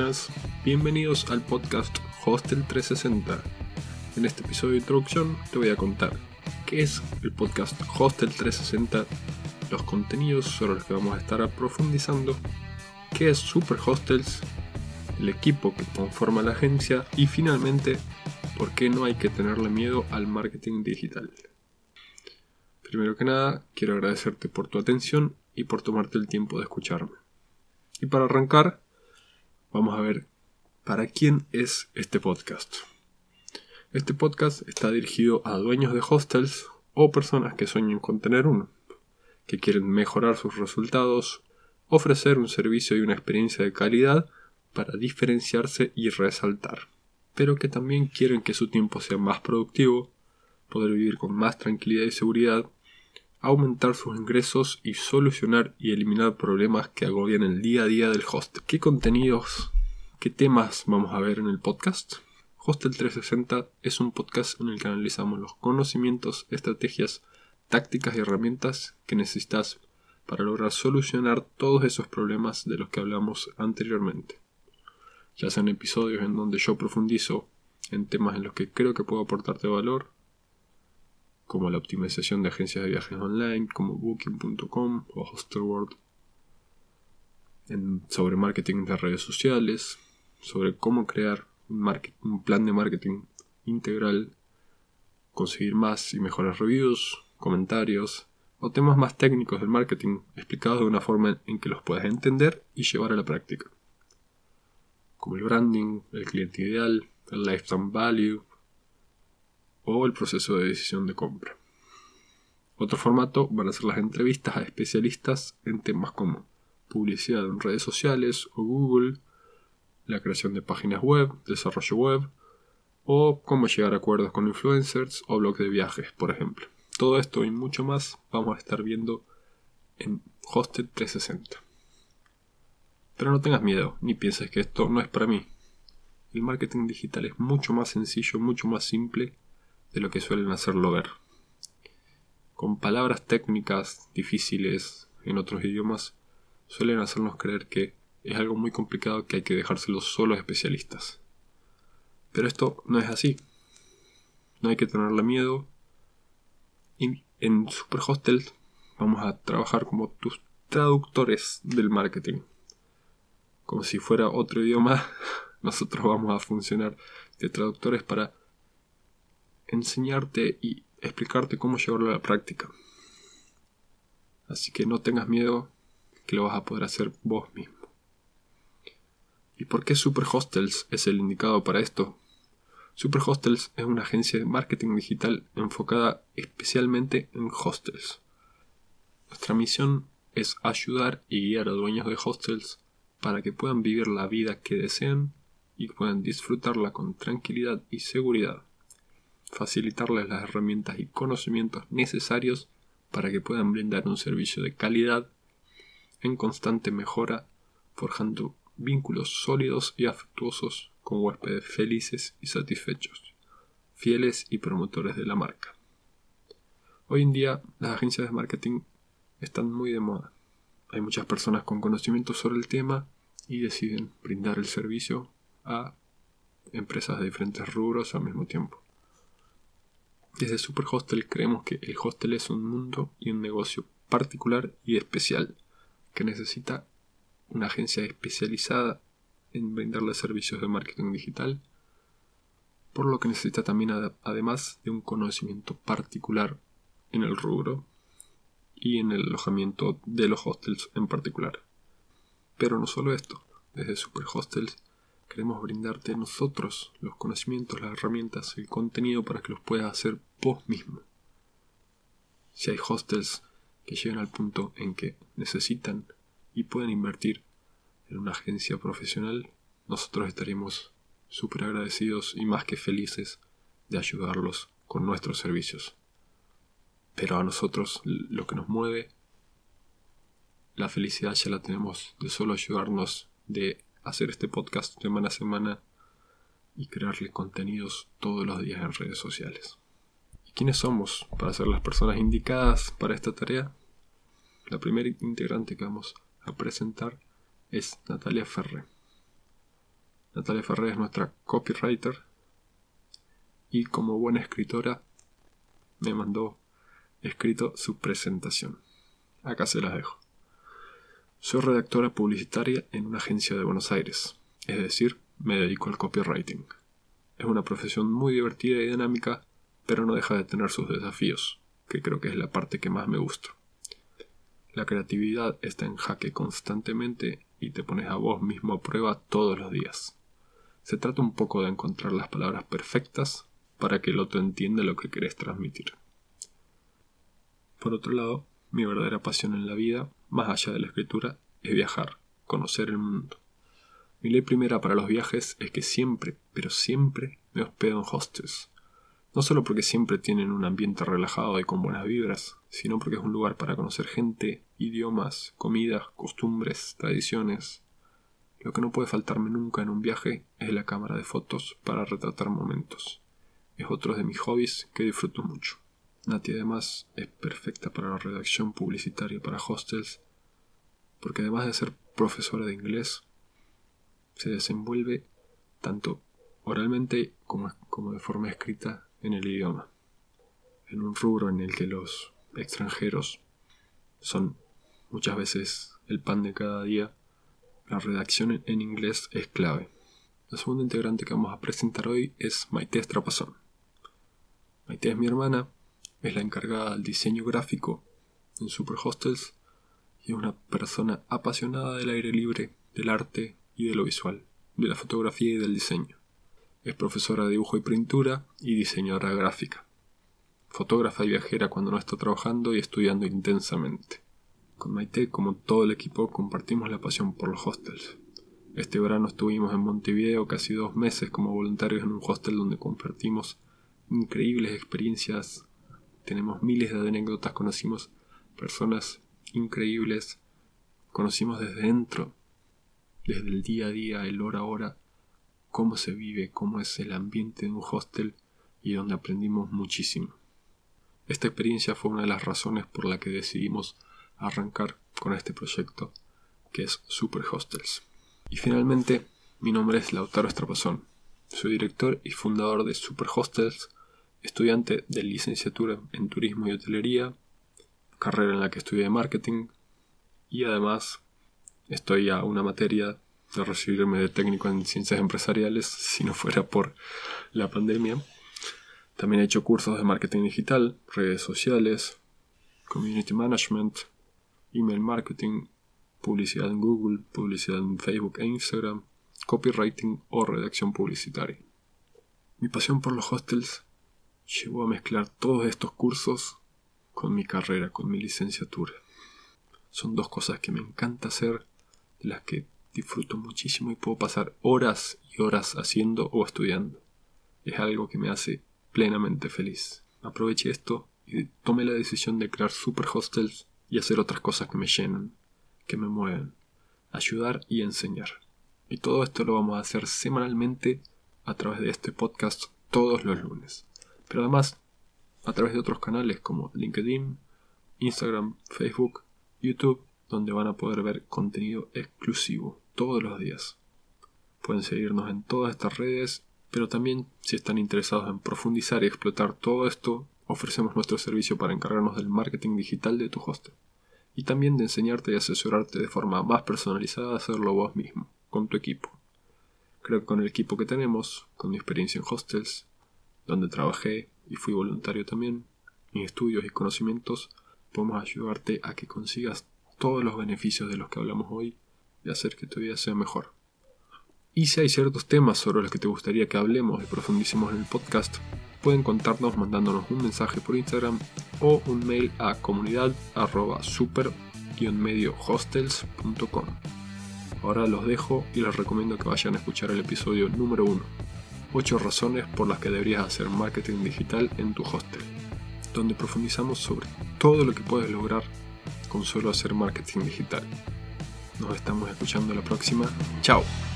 buenas, bienvenidos al podcast Hostel 360. En este episodio de introducción te voy a contar qué es el podcast Hostel 360, los contenidos sobre los que vamos a estar profundizando, qué es Super Hostels, el equipo que conforma la agencia y finalmente, por qué no hay que tenerle miedo al marketing digital. Primero que nada, quiero agradecerte por tu atención y por tomarte el tiempo de escucharme. Y para arrancar, vamos a ver para quién es este podcast. Este podcast está dirigido a dueños de hostels o personas que sueñan con tener uno, que quieren mejorar sus resultados, ofrecer un servicio y una experiencia de calidad para diferenciarse y resaltar, pero que también quieren que su tiempo sea más productivo, poder vivir con más tranquilidad y seguridad, aumentar sus ingresos y solucionar y eliminar problemas que agobian el día a día del hostel. ¿Qué contenidos, qué temas vamos a ver en el podcast? Hostel 360 es un podcast en el que analizamos los conocimientos, estrategias, tácticas y herramientas que necesitas para lograr solucionar todos esos problemas de los que hablamos anteriormente. Ya sean episodios en donde yo profundizo en temas en los que creo que puedo aportarte valor, como la optimización de agencias de viajes online, como Booking.com o Hostelworld, sobre marketing de redes sociales, sobre cómo crear un plan de marketing integral, conseguir más y mejores reviews, comentarios o temas más técnicos del marketing explicados de una forma en que los puedas entender y llevar a la práctica, como el branding, el cliente ideal, el lifetime value o el proceso de decisión de compra. Otro formato van a ser las entrevistas a especialistas en temas como publicidad en redes sociales o Google, la creación de páginas web, desarrollo web o cómo llegar a acuerdos con influencers o blogs de viajes, por ejemplo. Todo esto y mucho más vamos a estar viendo en Hostel 360. Pero no tengas miedo, ni pienses que esto no es para mí. El marketing digital es mucho más sencillo, mucho más simple de lo que suelen hacerlo ver. Con palabras técnicas difíciles en otros idiomas, suelen hacernos creer que es algo muy complicado que hay que dejárselo solo a especialistas. Pero esto no es así. No hay que tenerle miedo. Y en Super Hostel vamos a trabajar como tus traductores del marketing. Como si fuera otro idioma, nosotros vamos a funcionar de traductores para enseñarte y explicarte cómo llevarlo a la práctica. Así que no tengas miedo, que lo vas a poder hacer vos mismo. ¿Y por qué Super Hostels es el indicado para esto? Super Hostels es una agencia de marketing digital enfocada especialmente en hostels. Nuestra misión es ayudar y guiar a dueños de hostels para que puedan vivir la vida que desean y puedan disfrutarla con tranquilidad y seguridad. Facilitarles las herramientas y conocimientos necesarios para que puedan brindar un servicio de calidad en constante mejora, forjando vínculos sólidos y afectuosos con huéspedes felices y satisfechos, fieles y promotores de la marca. Hoy en día las agencias de marketing están muy de moda. Hay muchas personas con conocimiento sobre el tema y deciden brindar el servicio a empresas de diferentes rubros al mismo tiempo. Desde Super Hostel creemos que el hostel es un mundo y un negocio particular y especial que necesita una agencia especializada en brindarle servicios de marketing digital, por lo que necesita también además de un conocimiento particular en el rubro y en el alojamiento de los hostels en particular. Pero no solo esto, desde Super Hostels queremos brindarte nosotros los conocimientos, las herramientas, el contenido para que los puedas hacer vos mismo. Si hay hostels que llegan al punto en que necesitan y pueden invertir en una agencia profesional, nosotros estaríamos súper agradecidos y más que felices de ayudarlos con nuestros servicios. Pero a nosotros lo que nos mueve, la felicidad ya la tenemos de solo ayudarnos, de hacer este podcast semana a semana y crearle contenidos todos los días en redes sociales. ¿Y quiénes somos para ser las personas indicadas para esta tarea? La primera integrante que vamos a presentar es Natalia Ferre. Natalia Ferrer es nuestra copywriter y como buena escritora me mandó escrito su presentación. Acá se las dejo. Soy redactora publicitaria en una agencia de Buenos Aires, es decir, me dedico al copywriting. Es una profesión muy divertida y dinámica, pero no deja de tener sus desafíos, que creo que es la parte que más me gusta. La creatividad está en jaque constantemente y te pones a vos mismo a prueba todos los días. Se trata un poco de encontrar las palabras perfectas para que el otro entienda lo que querés transmitir. Por otro lado, mi verdadera pasión en la vida, más allá de la escritura, es viajar, conocer el mundo. Mi ley primera para los viajes es que siempre, pero siempre, me hospedo en hostels. No solo porque siempre tienen un ambiente relajado y con buenas vibras, sino porque es un lugar para conocer gente, idiomas, comidas, costumbres, tradiciones. Lo que no puede faltarme nunca en un viaje es la cámara de fotos para retratar momentos. Es otro de mis hobbies que disfruto mucho. Nati además es perfecta para la redacción publicitaria para hostels, porque además de ser profesora de inglés, se desenvuelve tanto oralmente como de forma escrita en el idioma, en un rubro en el que los extranjeros son muchas veces el pan de cada día. La redacción en inglés es clave. La segunda integrante que vamos a presentar hoy es Maite Estrapazón. Maite es mi hermana, es la encargada del diseño gráfico en Super Hostels y es una persona apasionada del aire libre, del arte y de lo visual, de la fotografía y del diseño. Es profesora de dibujo y pintura y diseñadora gráfica. Fotógrafa y viajera cuando no está trabajando y estudiando intensamente. Con Maite, como todo el equipo, compartimos la pasión por los hostels. Este verano estuvimos en Montevideo casi 2 meses como voluntarios en un hostel donde compartimos increíbles experiencias. Tenemos miles de anécdotas, conocimos personas increíbles, conocimos desde dentro, desde el día a día, el hora a hora, cómo se vive, cómo es el ambiente de un hostel y donde aprendimos muchísimo. Esta experiencia fue una de las razones por la que decidimos arrancar con este proyecto que es Super Hostels. Y finalmente, mi nombre es Lautaro Estrapazón. Soy director y fundador de Super Hostels, estudiante de licenciatura en Turismo y Hotelería, carrera en la que estudié Marketing y además estoy a una materia de recibirme de técnico en Ciencias Empresariales si no fuera por la pandemia. También he hecho cursos de marketing digital, redes sociales, community management, email marketing, publicidad en Google, publicidad en Facebook e Instagram, copywriting o redacción publicitaria. Mi pasión por los hostels llevó a mezclar todos estos cursos con mi carrera, con mi licenciatura. Son 2 cosas que me encanta hacer, de las que disfruto muchísimo y puedo pasar horas y horas haciendo o estudiando. Es algo que me hace plenamente feliz. Aproveché esto y tomé la decisión de crear Super Hostels y hacer otras cosas que me llenan, que me mueven, ayudar y enseñar. Y todo esto lo vamos a hacer semanalmente a través de este podcast todos los lunes. Pero además a través de otros canales como LinkedIn, Instagram, Facebook, YouTube, donde van a poder ver contenido exclusivo todos los días. Pueden seguirnos en todas estas redes, pero también si están interesados en profundizar y explotar todo esto, ofrecemos nuestro servicio para encargarnos del marketing digital de tu hostel y también de enseñarte y asesorarte de forma más personalizada a hacerlo vos mismo, con tu equipo. Creo que con el equipo que tenemos, con mi experiencia en hostels, donde trabajé y fui voluntario también, mis estudios y conocimientos, podemos ayudarte a que consigas todos los beneficios de los que hablamos hoy y hacer que tu vida sea mejor. Y si hay ciertos temas sobre los que te gustaría que hablemos y profundicemos en el podcast, pueden contarnos mandándonos un mensaje por Instagram o un mail a comunidad@super-mediohostels.com. Ahora los dejo y les recomiendo que vayan a escuchar el episodio número 1, 8 razones por las que deberías hacer marketing digital en tu hostel, donde profundizamos sobre todo lo que puedes lograr con solo hacer marketing digital. Nos estamos escuchando la próxima. ¡Chao!